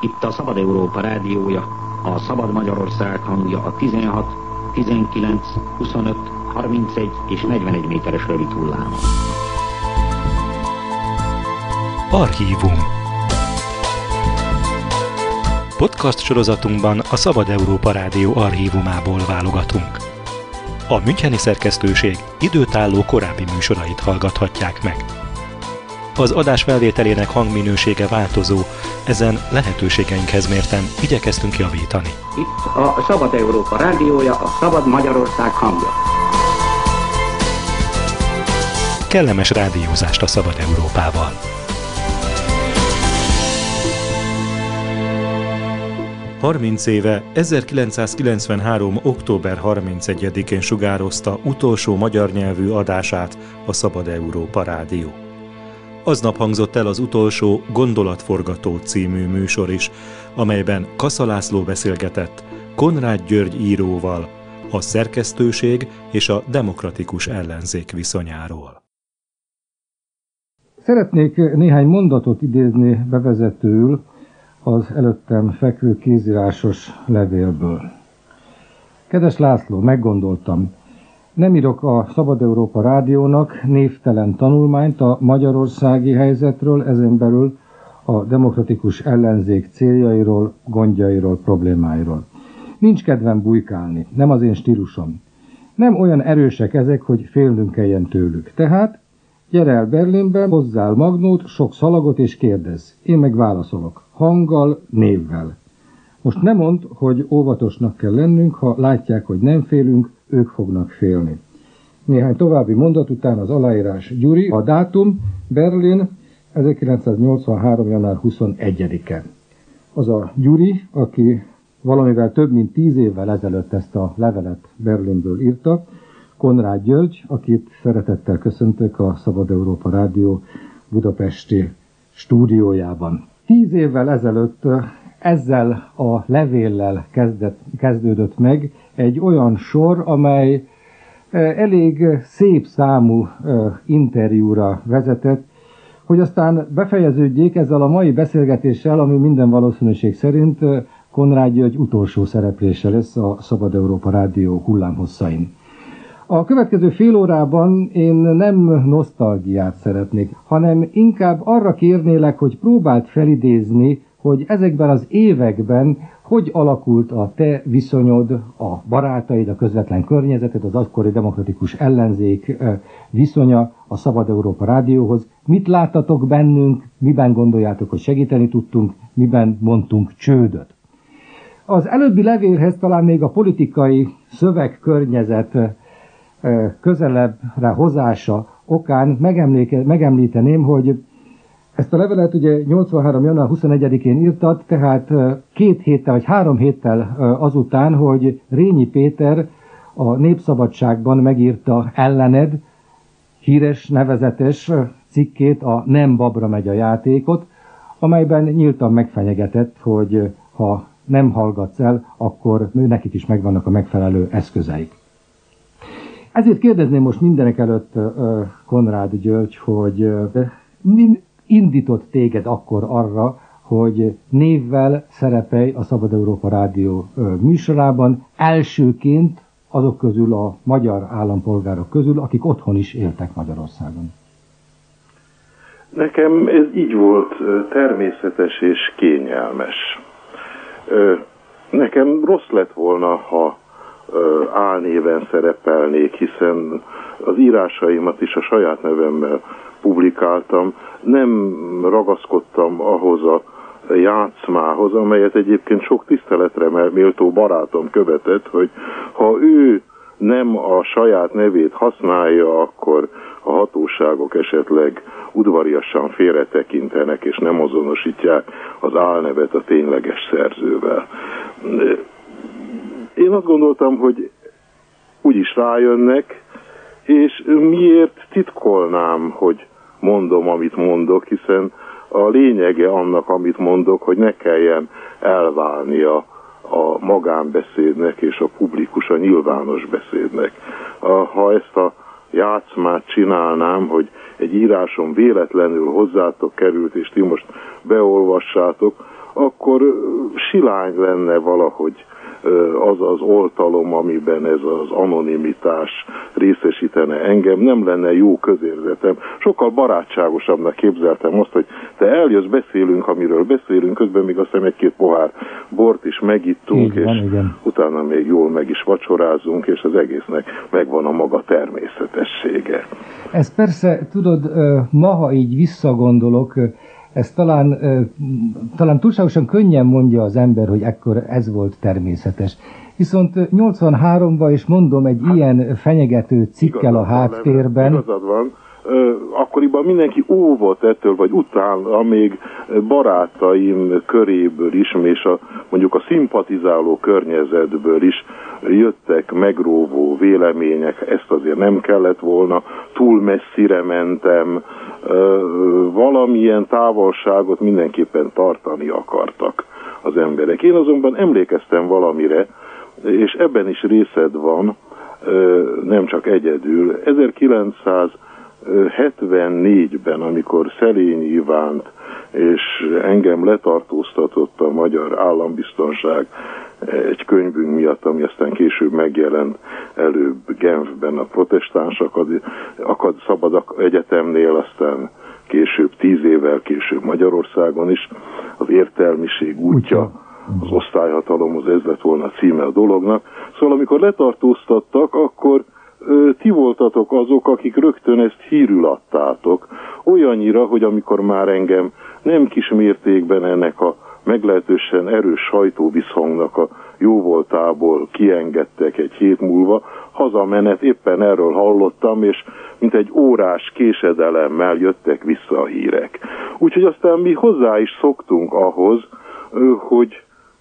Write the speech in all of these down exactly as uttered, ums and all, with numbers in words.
Itt a Szabad Európa rádiója, a Szabad Magyarország hangja a tizenhat, tizenkilenc, huszonöt, harmincegy és negyvenegy méteres rövid hullámon. Archívum. Podcast sorozatunkban a Szabad Európa Rádió archívumából válogatunk. A müncheni szerkesztőség időtálló korábbi műsorait hallgathatják meg. Az adás felvételének hangminősége változó, ezen lehetőségeinkhez mérten igyekeztünk javítani. Itt a Szabad Európa rádiója, a Szabad Magyarország hangja. Kellemes rádiózást a Szabad Európával! harminc éve, ezerkilencszázkilencvenhárom. október harmincegyedikén sugározta utolsó magyar nyelvű adását a Szabad Európa Rádió. Aznap hangzott el az utolsó Gondolatforgató című műsor is, amelyben Kassa László beszélgetett Konrád György íróval a szerkesztőség és a demokratikus ellenzék viszonyáról. Szeretnék néhány mondatot idézni bevezetőül az előttem fekvő kézírásos levélből. Kedves László, meggondoltam, nem írok a Szabad Európa Rádiónak névtelen tanulmányt a magyarországi helyzetről, ezen belül a demokratikus ellenzék céljairól, gondjairól, problémáiról. Nincs kedvem bujkálni, nem az én stílusom. Nem olyan erősek ezek, hogy félnünk kelljen tőlük. Tehát gyere el Berlinbe, hozzál magnót, sok szalagot és kérdezz. Én meg válaszolok. Hanggal, névvel. Most ne mondd, hogy óvatosnak kell lennünk, ha látják, hogy nem félünk, ők fognak félni. Néhány további mondat után az aláírás Gyuri, a dátum Berlin ezerkilencszáznyolcvanhárom. január huszonegyedike. Az a Gyuri, aki valamivel több mint tíz évvel ezelőtt ezt a levelet Berlinből írta, Konrád György, akit szeretettel köszöntök a Szabad Európa Rádió budapesti stúdiójában. Tíz évvel ezelőtt ezzel a levéllel kezdett, kezdődött meg egy olyan sor, amely elég szép számú interjúra vezetett, hogy aztán befejeződjék ezzel a mai beszélgetéssel, ami minden valószínűség szerint Konrád György utolsó szereplése lesz a Szabad Európa Rádió hullámhosszain. A következő fél órában én nem nosztalgiát szeretnék, hanem inkább arra kérnélek, hogy próbáld felidézni, hogy ezekben az években hogy alakult a te viszonyod, a barátaid, a közvetlen környezeted, az akkori demokratikus ellenzék viszonya a Szabad Európa Rádióhoz. Mit láttatok bennünk, miben gondoljátok, hogy segíteni tudtunk, miben mondtunk csődöt. Az előbbi levélhez talán még a politikai szövegkörnyezet közelebbre hozása okán megemlíteném, hogy ezt a levelet ugye nyolcvanhárom. január huszonegyedikén írtad, tehát két héttel vagy három héttel azután, hogy Rényi Péter a Népszabadságban megírta ellened híres, nevezetes cikkét, a Nem babra megy a játékot, amelyben nyíltan megfenyegetett, hogy ha nem hallgatsz el, akkor nekik is megvannak a megfelelő eszközeik. Ezért kérdezném most mindenek előtt Konrád György, hogy mi indított téged akkor arra, hogy névvel szerepelj a Szabad Európa Rádió műsorában, elsőként azok közül a magyar állampolgárok közül, akik otthon is éltek Magyarországon. Nekem ez így volt természetes és kényelmes. Nekem rossz lett volna, ha álnéven szerepelnék, hiszen az írásaimat is a saját nevemmel publikáltam, nem ragaszkodtam ahhoz a játszmához, amelyet egyébként sok tiszteletre méltó barátom követett, hogy ha ő nem a saját nevét használja, akkor a hatóságok esetleg udvariasan félretekintenek, és nem azonosítják az álnevet a tényleges szerzővel. Én azt gondoltam, hogy úgyis rájönnek, és miért titkolnám, hogy mondom, amit mondok, hiszen a lényege annak, amit mondok, hogy ne kelljen elválnia a magánbeszédnek és a publikus, a nyilvános beszédnek. Ha ezt a játszmát csinálnám, hogy egy írásom véletlenül hozzátok került, és ti most beolvassátok, akkor silány lenne valahogy az az oltalom, amiben ez az anonimitás részesítene engem, nem lenne jó közérzetem. Sokkal barátságosabbnak képzeltem azt, hogy te eljössz, beszélünk, amiről beszélünk, közben még azt hiszem egy-két pohár bort is megittunk, és van, igen. Utána még jól meg is vacsorázunk, és az egésznek megvan a maga természetessége. Ez persze, tudod, ma, ha így visszagondolok, ez talán, talán túlságosan könnyen mondja az ember, hogy ekkor ez volt természetes. Viszont nyolcvanháromban, és mondom, egy hát, ilyen fenyegető cikkel a háttérben... Igazad van. Akkoriban mindenki óvott ettől, vagy utána még barátaim köréből is, és a, mondjuk a szimpatizáló környezetből is jöttek megróvó vélemények, ezt azért nem kellett volna, túl messzire mentem, valamilyen távolságot mindenképpen tartani akartak az emberek. Én azonban emlékeztem valamire, és ebben is részed van, nem csak egyedül. ezerkilencszázhetvennégyben, amikor Szelényi Ivánt és engem letartóztatott a Magyar Állambiztonság egy könyvünk miatt, ami aztán később megjelent előbb Genfben a Protestáns Akad, Akad Szabad Egyetemnél, aztán később, tíz évvel később Magyarországon is, az értelmiség útja, az osztályhatalomhoz, ez lett volna a címe a dolognak. Szóval amikor letartóztattak, akkor ö, ti voltatok azok, akik rögtön ezt hírül adtátok. Olyannyira, hogy amikor már engem nem kis mértékben ennek a meglehetősen erős sajtóviszhangnak a jóvoltából kiengedtek egy hét múlva, hazamenet éppen erről hallottam, és mint egy órás késedelemmel jöttek vissza a hírek. Úgyhogy aztán mi hozzá is szoktunk ahhoz, hogy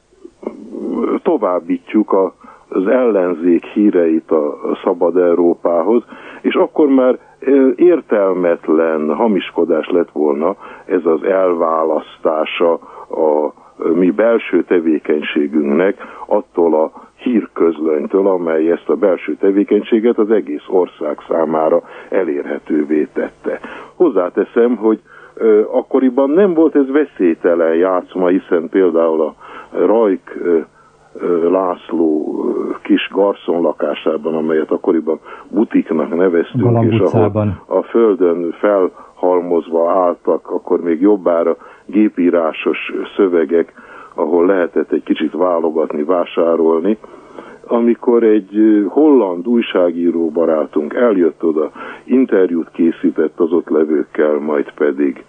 továbbítjuk a, az ellenzék híreit a Szabad Európához, és akkor már értelmetlen hamiskodás lett volna ez az elválasztása a mi belső tevékenységünknek attól a hírközlönytől, amely ezt a belső tevékenységet az egész ország számára elérhetővé tette. Hozzáteszem, hogy ö, akkoriban nem volt ez veszélytelen játszma, hiszen például a Rajk ö, ö, László ö, kis garszonlakásában, amelyet akkoriban butiknak neveztünk, és ahol a földön felhalmozva álltak, akkor még jobbára gépírásos szövegek, ahol lehetett egy kicsit válogatni, vásárolni. Amikor egy holland újságíró barátunk eljött oda, interjút készített az ott levőkkel, majd pedig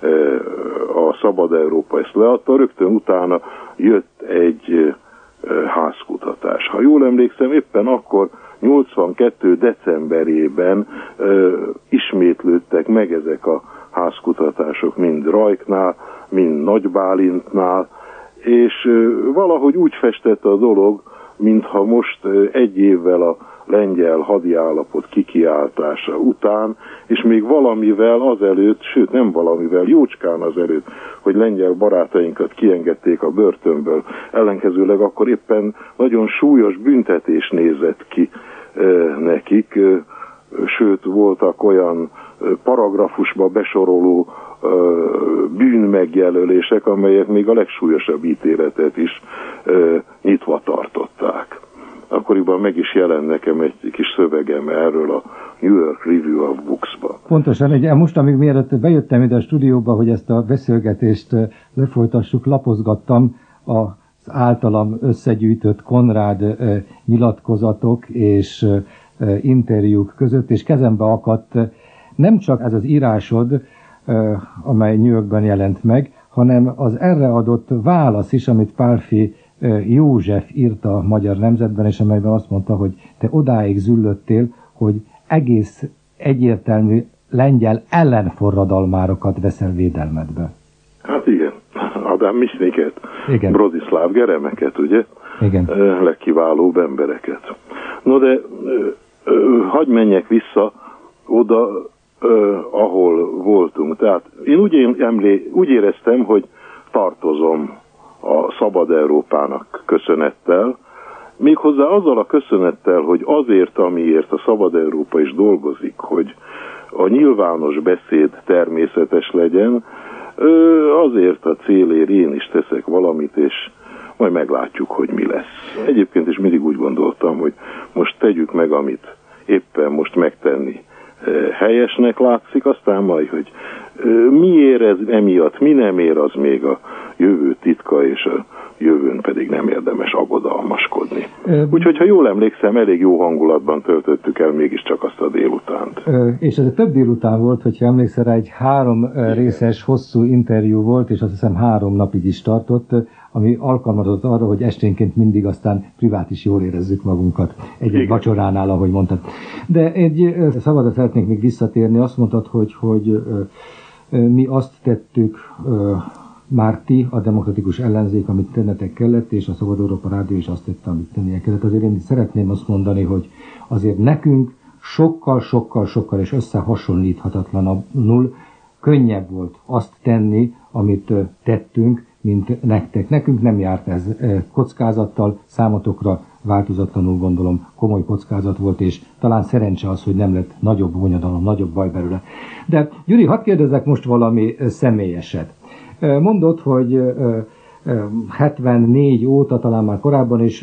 a Szabad Európa ezt leadta, rögtön utána jött egy házkutatás. Ha jól emlékszem, éppen akkor nyolcvankettő decemberében ismétlődtek meg ezek a házkutatások, mind Rajknál, mind Nagy Bálintnál, és valahogy úgy festett a dolog, mintha most egy évvel a lengyel hadiállapot kikiáltása után, és még valamivel azelőtt, sőt nem valamivel, jócskán azelőtt, hogy lengyel barátainkat kiengedték a börtönből, ellenkezőleg akkor éppen nagyon súlyos büntetés nézett ki nekik, sőt voltak olyan paragrafusba besoroló bűnmegjelölések, amelyek még a legsúlyosabb ítéletet is nyitva tartották. Akkoriban meg is jelent nekem egy kis szövegem erről a New York Review of Books-ba. Pontosan, ugye most, amíg mielőtt bejöttem ide a stúdióba, hogy ezt a beszélgetést lefolytassuk, lapozgattam az általam összegyűjtött Konrád nyilatkozatok és interjúk között, és kezembe akadt nem csak ez az írásod, amely New Yorkban jelent meg, hanem az erre adott válasz is, amit Pálffy József írta a Magyar Nemzetben, és amelyben azt mondta, hogy te odáig züllöttél, hogy egész egyértelmű lengyel ellenforradalmárokat veszel védelmedbe. Hát igen, Adám Misniket, Brodislav Geremeket, ugye? Igen. Legkiválóbb embereket. No de hadd menjek vissza oda, ahol voltunk. Tehát én úgy, emlé, úgy éreztem, hogy tartozom a Szabad Európának köszönettel, méghozzá azzal a köszönettel, hogy azért, amiért a Szabad Európa is dolgozik, hogy a nyilvános beszéd természetes legyen, Azért a célért én is teszek valamit, és majd meglátjuk, hogy mi lesz. Egyébként is mindig úgy gondoltam, hogy most tegyük meg, amit éppen most megtenni helyesnek látszik, aztán majd, hogy miért ez emiatt, mi nem ér, az még a jövő titka, és a jövőn pedig nem érdemes aggodalmaskodni. Úgyhogy, ha jól emlékszem, elég jó hangulatban töltöttük el mégiscsak azt a délutánt. És ez több délután volt, hogyha emlékszel rá, egy három részes, hosszú interjú volt, és azt hiszem három napig is tartott, ami alkalmazott arra, hogy esténként mindig aztán privát is jól érezzük magunkat egy-egy vacsoránál, ahogy mondtad. De egy szabadra szeretnék még visszatérni, azt mondtad, hogy, hogy mi azt tettük, már ti, a demokratikus ellenzék, amit tennetek kellett, és a Szabad Európa Rádió is azt tette, amit tennie kellett. Azért én szeretném azt mondani, hogy azért nekünk sokkal, sokkal, sokkal és összehasonlíthatatlanul könnyebb volt azt tenni, amit tettünk, mint nektek. Nekünk nem járt ez kockázattal, számotokra változatlanul gondolom komoly kockázat volt, és talán szerencse az, hogy nem lett nagyobb bonyodalom, nagyobb baj belőle. De Gyuri, hadd kérdezzek most valami személyeset. Mondod, hogy hetvennégy óta, talán már korábban is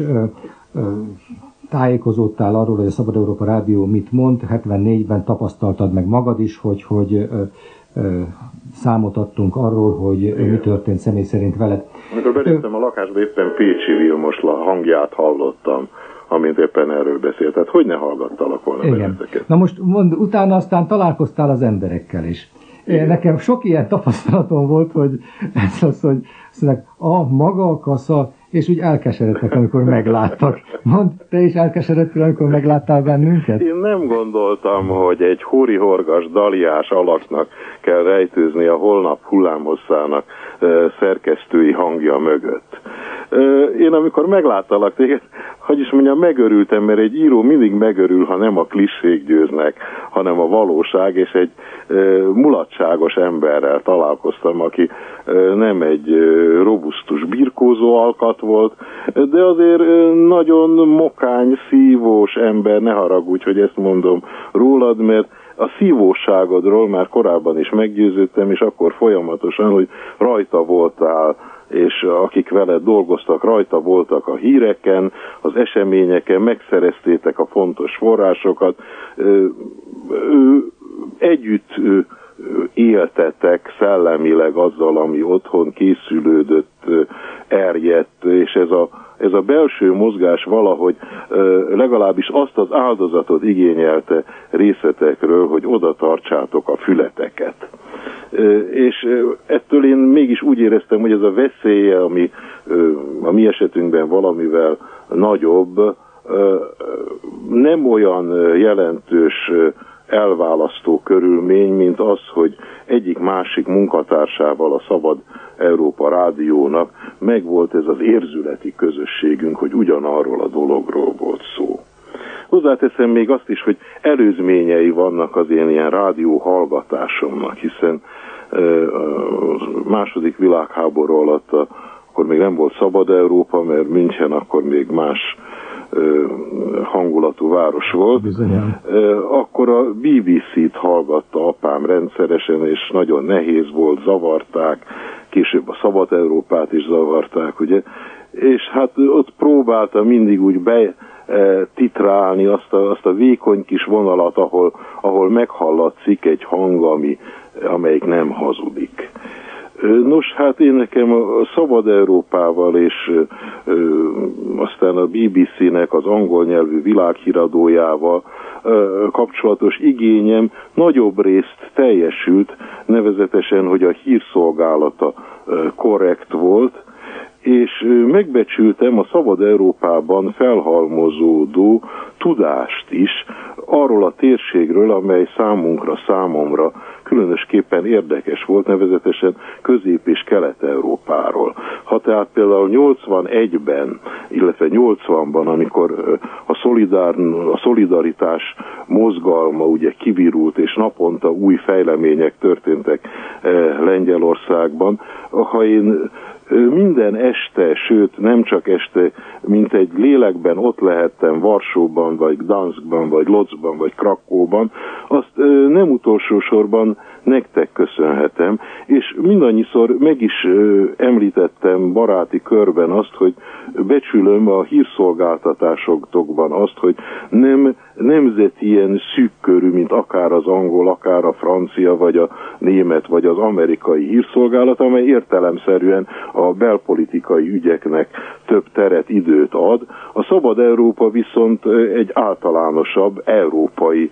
tájékozódtál arról, hogy a Szabad Európa Rádió mit mond, hetvennégyben tapasztaltad meg magad is, hogy, hogy számot adtunk arról, hogy igen, mi történt személy szerint veled. Amikor beléptem a lakásba, éppen Pécsi Vilmos hangját hallottam, amint éppen erről beszélt. Tehát hogy ne hallgattalak volna benneteket? Na most mond, utána aztán találkoztál az emberekkel is. Igen. Nekem sok ilyen tapasztalatom volt, hogy ez az, hogy szóval, a maga a kasza, és úgy elkeseredtek, amikor megláttak. Mondd, te is elkeseredtél, amikor megláttál bennünket? Én nem gondoltam, hogy egy hóri-horgas, daliás alaknak kell rejtőzni a holnap hullámhosszának szerkesztői hangja mögött. Én amikor megláttalak téged, hogy is mondjam, megörültem, mert egy író mindig megörül, ha nem a klissék győznek, hanem a valóság, és egy mulatságos emberrel találkoztam, aki nem egy robusztus birkózó alkat volt, de azért nagyon mokány, szívós ember, ne haragudj, hogy ezt mondom rólad, mert a szívóságodról már korábban is meggyőződtem, és akkor folyamatosan, hogy rajta voltál, és akik veled dolgoztak, rajta voltak a híreken, az eseményeken, megszereztétek a fontos forrásokat, együtt éltetek szellemileg azzal, ami otthon készülődött, erjedt, és ez a, ez a belső mozgás valahogy legalábbis azt az áldozatot igényelte részletekről, hogy oda tartsátok a fületeket. És ettől én mégis úgy éreztem, hogy ez a veszélye, ami a mi esetünkben valamivel nagyobb, nem olyan jelentős elválasztó körülmény, mint az, hogy egyik másik munkatársával a Szabad Európa Rádiónak megvolt ez az érzületi közösségünk, hogy ugyanarról a dologról volt szó. Hozzáteszem még azt is, hogy előzményei vannak az én ilyen rádió hallgatásomnak, hiszen a második világháború alatt akkor még nem volt Szabad Európa, mert München akkor még más hangulatú város volt. Bizonyán. Akkor a bé bé cét hallgatta apám rendszeresen, és nagyon nehéz volt, zavarták, később a Szabad Európát is zavarták, ugye, és hát ott próbálta mindig úgy be titrálni azt a, azt a vékony kis vonalat, ahol, ahol meghallatszik egy hang, ami, amelyik nem hazudik. Nos, hát én nekem a Szabad Európával és ö, aztán a bé bé cének az angol nyelvű világhíradójával ö, kapcsolatos igényem nagyobb részt teljesült, nevezetesen, hogy a hírszolgálata ö, korrekt volt, és megbecsültem a Szabad Európában felhalmozódó tudást is arról a térségről, amely számunkra, számomra különösképpen érdekes volt, nevezetesen Közép- és Kelet-Európáról. Ha tehát például nyolcvanegyben, illetve nyolcvanban, amikor a, szolidár, a szolidaritás mozgalma ugye kivirult, és naponta új fejlemények történtek Lengyelországban, ha én minden este, sőt nem csak este, mint egy lélekben ott lehettem Varsóban, vagy Gdanskban, vagy Lodzban, vagy Krakóban, azt nem utolsó sorban nektek köszönhetem, és mindannyiszor meg is említettem baráti körben azt, hogy becsülöm a hírszolgáltatásokban azt, hogy nem nemzeti ilyen szűk körű, mint akár az angol, akár a francia, vagy a német, vagy az amerikai hírszolgálat, amely értelemszerűen a belpolitikai ügyeknek több teret, időt ad. A Szabad Európa viszont egy általánosabb európai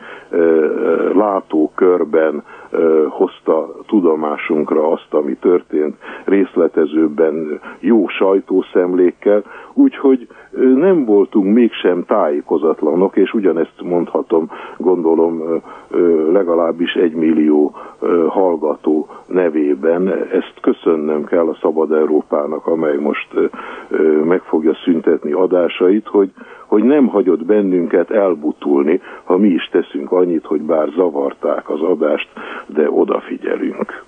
látókörben hozta tudomásunkra azt, ami történt, részletezőbben, jó sajtószemlékkel, úgyhogy nem voltunk mégsem tájékozatlanok, és ugyanezt mondhatom, gondolom, legalábbis egy millió hallgató nevében. Ezt köszönnöm kell a Szabad Európának, amely most meg fogja szüntetni adásait, hogy, hogy nem hagyott bennünket elbutulni, ha mi is teszünk annyit, hogy bár zavarták az adást, de odafigyelünk.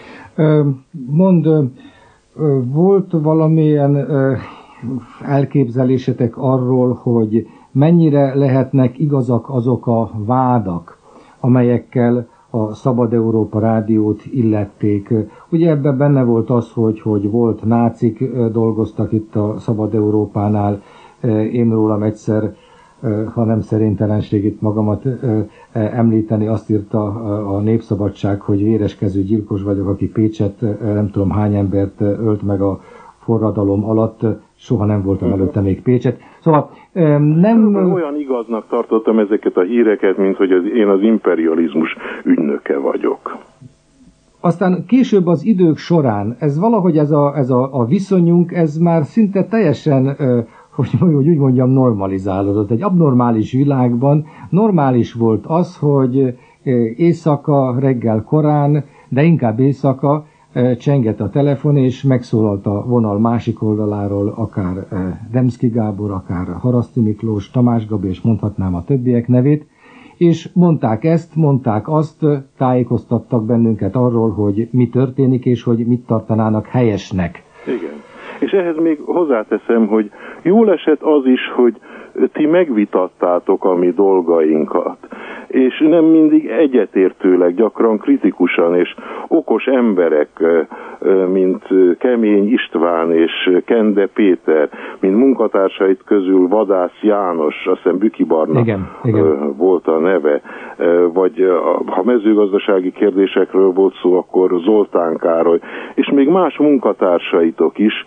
Mond, volt valamilyen elképzelésetek arról, hogy mennyire lehetnek igazak azok a vádak, amelyekkel a Szabad Európa rádiót illették. Ugye ebben benne volt az, hogy, hogy volt nácik dolgoztak itt a Szabad Európánál. Én rólam egyszer, ha nem szerintelenség itt magamat említeni, azt írta a Népszabadság, hogy véreskező gyilkos vagyok, aki Pécset nem tudom hány embert ölt meg a forradalom alatt, soha nem voltam előtte még Pécset. Szóval nem... Olyan igaznak tartottam ezeket a híreket, mint hogy az, én az imperializmus ügynöke vagyok. Aztán később az idők során, ez valahogy ez a, ez a, a viszonyunk, ez már szinte teljesen, hogy, hogy úgy mondjam, normalizálódott. Egy abnormális világban normális volt az, hogy éjszaka, reggel korán, de inkább éjszaka, csengett a telefon, és megszólalt a vonal másik oldaláról, akár Demszky Gábor, akár Haraszti Miklós, Tamás Gabi, és mondhatnám a többiek nevét, és mondták ezt, mondták azt, tájékoztattak bennünket arról, hogy mi történik, és hogy mit tartanának helyesnek. Igen. És ehhez még hozzáteszem, hogy jól esett az is, hogy ti megvitattátok a mi dolgainkat, és nem mindig egyetértőleg, gyakran kritikusan, és okos emberek, mint Kemény István és Kende Péter, mint munkatársait közül Vadász János, azt hiszem Büki Barna igen, igen. volt a neve, vagy ha mezőgazdasági kérdésekről volt szó, akkor Zoltán Károly, és még más munkatársaitok is,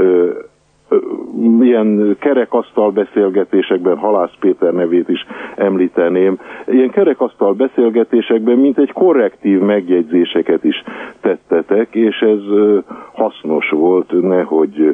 ilyen kerekasztal beszélgetésekben, Halász Péter nevét is említeném, ilyen kerekasztal beszélgetésekben mint egy korrektív megjegyzéseket is tettetek, és ez hasznos volt, nehogy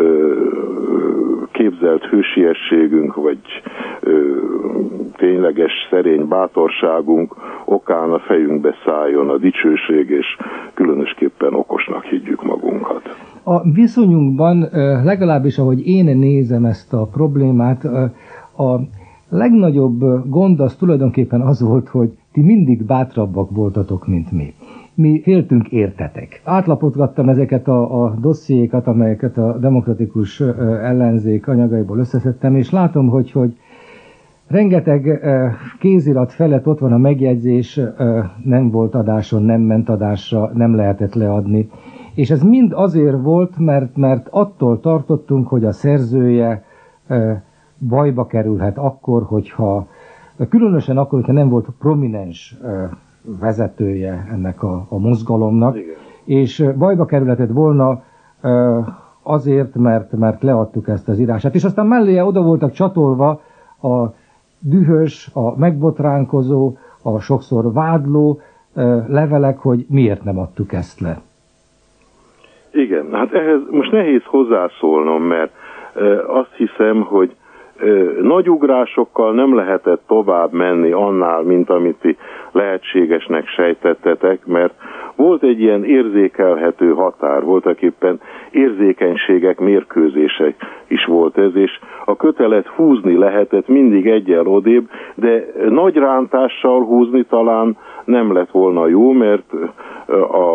képzelt hősiességünk, vagy tényleges szerény bátorságunk okán a fejünkbe szálljon a dicsőség, és különösképpen okosnak higgyük magunkat. A viszonyunkban, legalábbis ahogy én nézem ezt a problémát, a legnagyobb gond az tulajdonképpen az volt, hogy ti mindig bátrabbak voltatok, mint mi. Mi féltünk értetek. Átlapotgattam ezeket a, a dossziékat, amelyeket a demokratikus ellenzék anyagaiból összeszedtem, és látom, hogy, hogy rengeteg kézirat felett ott van a megjegyzés, nem volt adáson, nem ment adásra, nem lehetett leadni. És ez mind azért volt, mert, mert attól tartottunk, hogy a szerzője e, bajba kerülhet akkor, hogyha, különösen akkor, hogyha nem volt prominens e, vezetője ennek a, a mozgalomnak, igen. És bajba kerülhetett volna e, azért, mert, mert leadtuk ezt az írását. És aztán melléje oda voltak csatolva a dühös, a megbotránkozó, a sokszor vádló e, levelek, hogy miért nem adtuk ezt le. Igen, hát ehhez most nehéz hozzászólnom, mert e, azt hiszem, hogy e, nagy ugrásokkal nem lehetett tovább menni annál, mint amit ti lehetségesnek sejtettetek, mert volt egy ilyen érzékelhető határ, voltak éppen érzékenységek mérkőzése is volt ez, és a kötelet húzni lehetett mindig egyel odébb, de nagy rántással húzni talán nem lett volna jó, mert a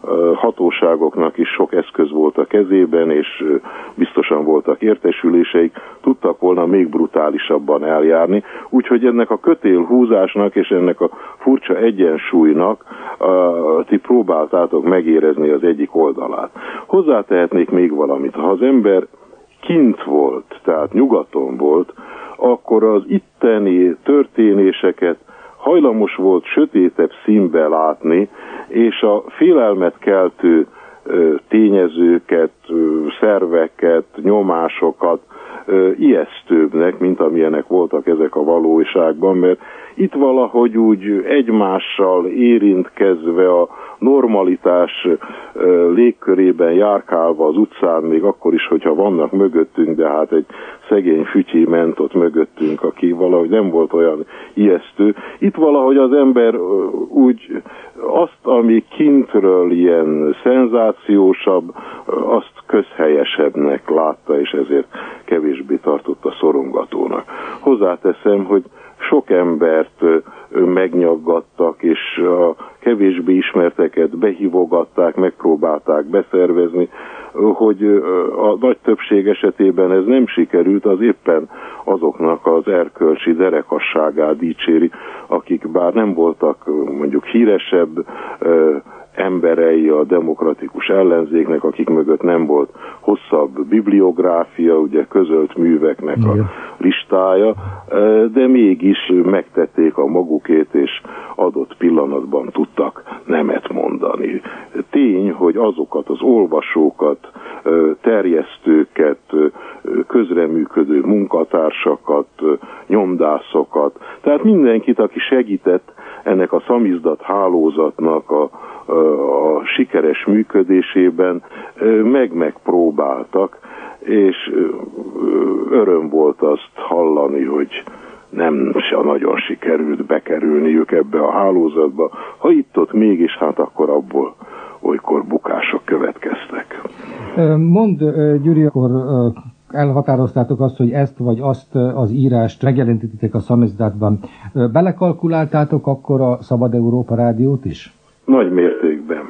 hatóságoknak is sok eszköz volt a kezében, és biztosan voltak értesüléseik, tudtak volna még brutálisabban eljárni. Úgyhogy ennek a kötélhúzásnak és ennek a furcsa egyensúlynak uh, ti próbáltátok megérezni az egyik oldalát. Hozzátehetnék még valamit. Ha az ember kint volt, tehát nyugaton volt, akkor az itteni történéseket hajlamos volt sötétebb színbe látni, és a félelmet keltő ö, tényezőket, ö, szerveket, nyomásokat ö, ijesztőbbnek, mint amilyenek voltak ezek a valóságban, mert itt valahogy úgy egymással érintkezve a normalitás légkörében járkálva az utcán, még akkor is, hogyha vannak mögöttünk, de hát egy szegény fütyi ment ott mögöttünk, aki valahogy nem volt olyan ijesztő. Itt valahogy az ember úgy azt, ami kintről ilyen szenzációsabb, azt közhelyesebbnek látta, és ezért kevésbé tartotta szorongatónak. Hozzáteszem, hogy sok embert megnyaggattak, és a kevésbé ismerteket behívogatták, megpróbálták beszervezni, hogy a nagy többség esetében ez nem sikerült, az éppen azoknak az erkölcsi derekasságát dicséri, akik bár nem voltak mondjuk híresebb emberei a demokratikus ellenzéknek, akik mögött nem volt hosszabb bibliográfia, ugye közölt műveknek a listája, de mégis megtették a magukét, és adott pillanatban tudtak nemet mondani. Tény, hogy azokat az olvasókat, terjesztőket, közreműködő munkatársakat, nyomdászokat, tehát mindenkit, aki segített ennek a szamizdat hálózatnak a a sikeres működésében meg-megpróbáltak, és öröm volt azt hallani, hogy nem se nagyon sikerült bekerülniük ebbe a hálózatba. Ha itt-ott mégis, hát akkor abból olykor bukások következtek. Mondd, Gyuri, akkor elhatároztátok azt, hogy ezt vagy azt az írást megjelentítitek a szamizdatban. Belekalkuláltátok akkor a Szabad Európa Rádiót is? Nagy mértékben.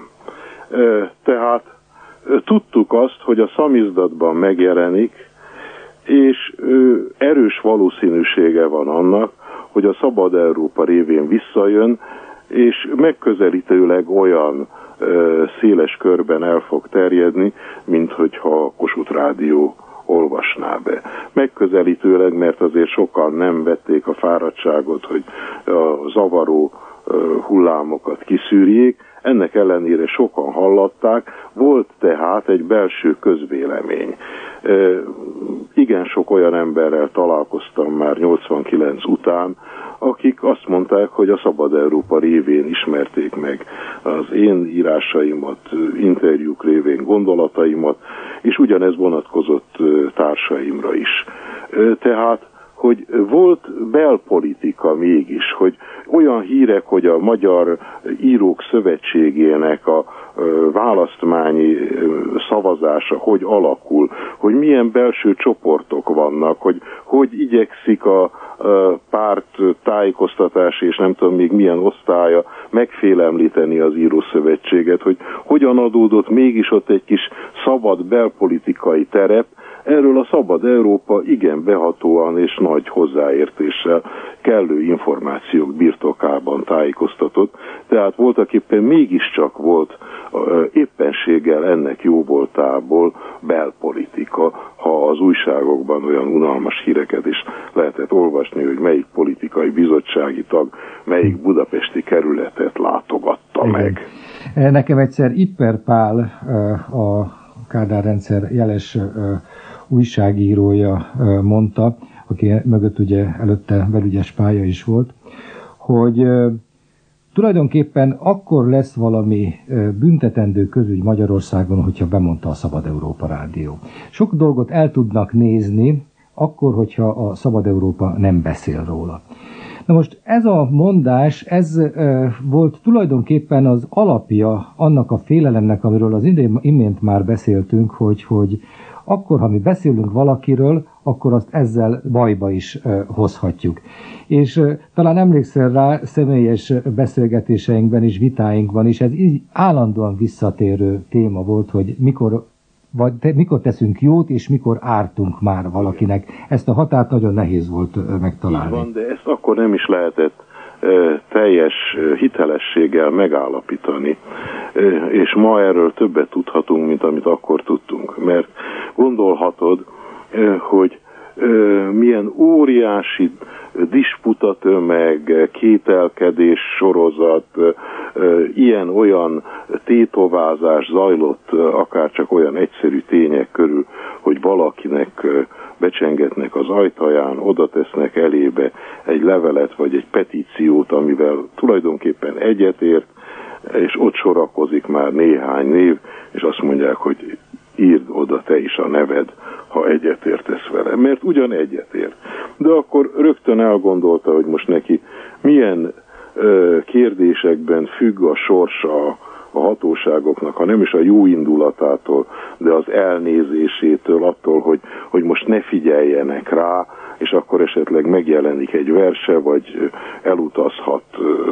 Tehát tudtuk azt, hogy a szamizdatban megjelenik, és erős valószínűsége van annak, hogy a Szabad Európa révén visszajön, és megközelítőleg olyan széles körben el fog terjedni, mint hogyha a Kossuth Rádió olvasná be. Megközelítőleg, mert azért sokan nem vették a fáradtságot, hogy a zavaró hullámokat kiszűrjék, ennek ellenére sokan hallatták, volt tehát egy belső közvélemény. Igen sok olyan emberrel találkoztam már nyolcvankilenc után, akik azt mondták, hogy a Szabad Európa révén ismerték meg az én írásaimat, interjúk révén gondolataimat, és ugyanez vonatkozott társaimra is. Tehát hogy volt belpolitika mégis, hogy olyan hírek, hogy a Magyar Írók Szövetségének a választmányi szavazása hogy alakul, hogy milyen belső csoportok vannak, hogy hogy igyekszik a párt tájékoztatási és nem tudom még milyen osztálya megfélemlíteni az Írószövetséget, hogy hogyan adódott mégis ott egy kis szabad belpolitikai terep. Erről a Szabad Európa igen behatóan és nagy hozzáértéssel, kellő információk birtokában tájékoztatott, tehát voltaképpen mégiscsak volt éppenséggel ennek jóvoltából belpolitika, ha az újságokban olyan unalmas híreket is lehetett olvasni, hogy melyik politikai bizottsági tag melyik budapesti kerületet látogatta igen. meg. Nekem egyszer Ipper Pál, a Kádár rendszer jeles újságírója mondta, aki mögött ugye előtte belügyes pálya is volt, hogy tulajdonképpen akkor lesz valami büntetendő közügy Magyarországon, hogyha bemondta a Szabad Európa Rádió. Sok dolgot el tudnak nézni, akkor, hogyha a Szabad Európa nem beszél róla. Na most ez a mondás, ez e, volt tulajdonképpen az alapja annak a félelemnek, amiről az imént már beszéltünk, hogy, hogy akkor, ha mi beszélünk valakiről, akkor azt ezzel bajba is uh, hozhatjuk. És uh, talán emlékszel rá, személyes beszélgetéseinkben és vitáinkban is, ez így állandóan visszatérő téma volt, hogy mikor, vagy te, mikor teszünk jót, és mikor ártunk már valakinek. Ezt a határt nagyon nehéz volt uh, megtalálni. Így van, de ezt akkor nem is lehetett teljes hitelességgel megállapítani. És ma erről többet tudhatunk, mint amit akkor tudtunk. Mert gondolhatod, hogy milyen óriási disputatömeg, kételkedés sorozat, ilyen-olyan tétovázás zajlott, akár csak olyan egyszerű tények körül, hogy valakinek becsengetnek az ajtaján, oda tesznek elébe egy levelet vagy egy petíciót, amivel tulajdonképpen egyetért, és ott sorakozik már néhány név, és azt mondják, hogy írd oda te is a neved, ha egyetértesz vele. Mert ugyan egyetért. De akkor rögtön elgondolta, hogy most neki milyen ö, kérdésekben függ a sorsa a hatóságoknak, ha nem is a jó indulatától, de az elnézésétől, attól, hogy, hogy most ne figyeljenek rá, és akkor esetleg megjelenik egy verse, vagy elutazhat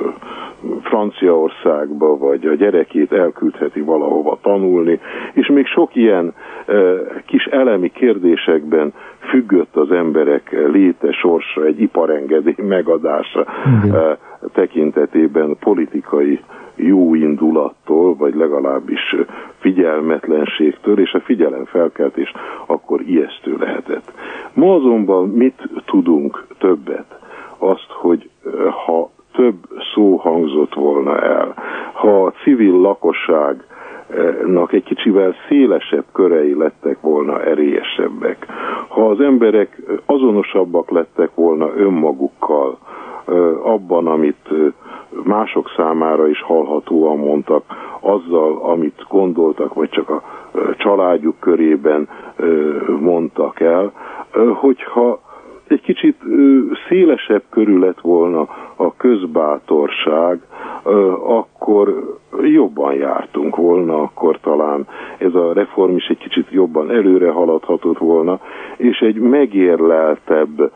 Franciaországba, vagy a gyerekét elküldheti valahova tanulni, és még sok ilyen kis elemi kérdésekben függött az emberek léte, sorsa, egy iparengedély megadása Igen. tekintetében politikai jó indulattól, vagy legalábbis figyelmetlenségtől, és a figyelemfelkeltés akkor ijesztő lehetett. Ma azonban mit tudunk többet? Azt, hogy ha több szó hangzott volna el, ha a civil lakosságnak egy kicsivel szélesebb körei lettek volna erélyesebbek, ha az emberek azonosabbak lettek volna önmagukkal, abban, amit mások számára is hallhatóan mondtak, azzal, amit gondoltak, vagy csak a családjuk körében mondtak el, hogyha egy kicsit szélesebb körül lett volna a közbátorság, akkor jobban jártunk volna, akkor talán ez a reform is egy kicsit jobban előre haladhatott volna, és egy megérleltebb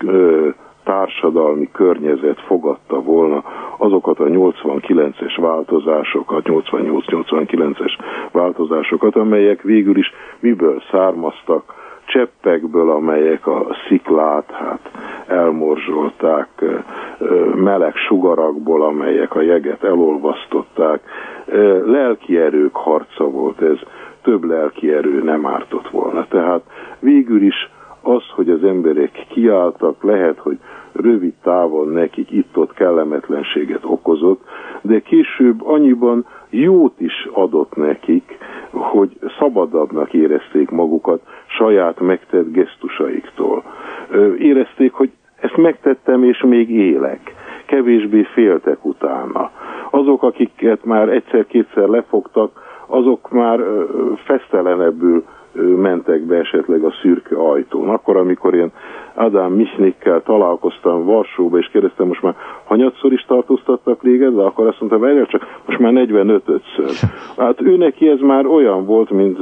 társadalmi környezet fogadta volna azokat a nyolcvankilences változásokat, nyolcvannyolc-nyolcvankilences változásokat, amelyek végül is miből származtak, cseppekből, amelyek a sziklát hát elmorzsolták, meleg sugarakból, amelyek a jeget elolvasztották. Lelki erők harca volt ez, több lelki erő nem ártott volna. Tehát végül is az, hogy az emberek kiálltak, lehet, hogy rövid távon nekik itt-ott kellemetlenséget okozott, de később annyiban jót is adott nekik, hogy szabadabbnak érezték magukat saját megtett gesztusaiktól. Érezték, hogy ezt megtettem, és még élek. Kevésbé féltek utána. Azok, akiket már egyszer-kétszer lefogtak, azok már fesztelenebbül mentek be esetleg a szürke ajtón. Akkor, amikor én Adam Michnikkel találkoztam Varsóba, és kérdeztem, most már hanyatszor is tartóztattak téged, de akkor azt mondta, várjál csak, most már negyvenötödször. Hát ő neki ez már olyan volt, mint,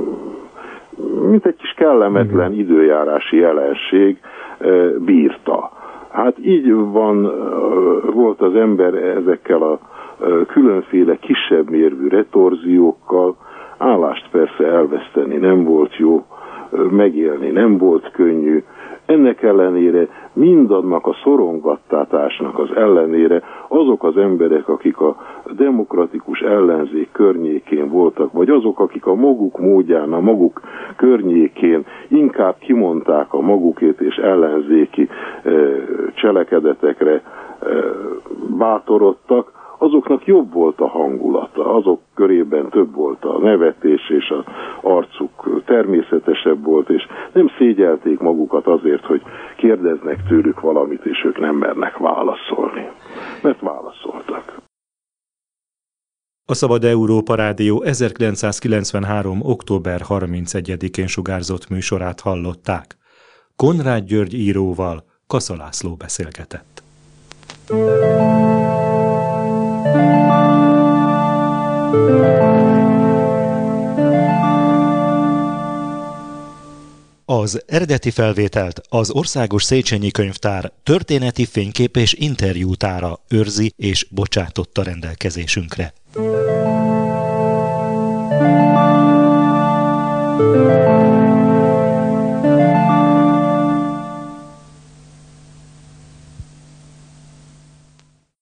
mint egy kis kellemetlen időjárási jelenség, bírta. Hát így van, volt az ember ezekkel a különféle kisebb mérvű retorziókkal, állást persze elveszteni nem volt jó, megélni nem volt könnyű. Ennek ellenére, mindannak a szorongattatásnak az ellenére azok az emberek, akik a demokratikus ellenzék környékén voltak, vagy azok, akik a maguk módján, a maguk környékén inkább kimondták a magukét és ellenzéki cselekedetekre bátorodtak, azoknak jobb volt a hangulata, azok körében több volt a nevetés, és az arcuk természetesebb volt, és nem szégyelték magukat azért, hogy kérdeznek tőlük valamit, és ők nem mernek válaszolni. Mert válaszoltak. A Szabad Európa Rádió ezerkilencszázkilencvenhárom. október harmincegyedikén sugárzott műsorát hallották. Konrád György íróval Kassa László beszélgetett. Az eredeti felvételt az Országos Széchenyi Könyvtár történeti fénykép és interjútára őrzi és bocsátotta rendelkezésünkre.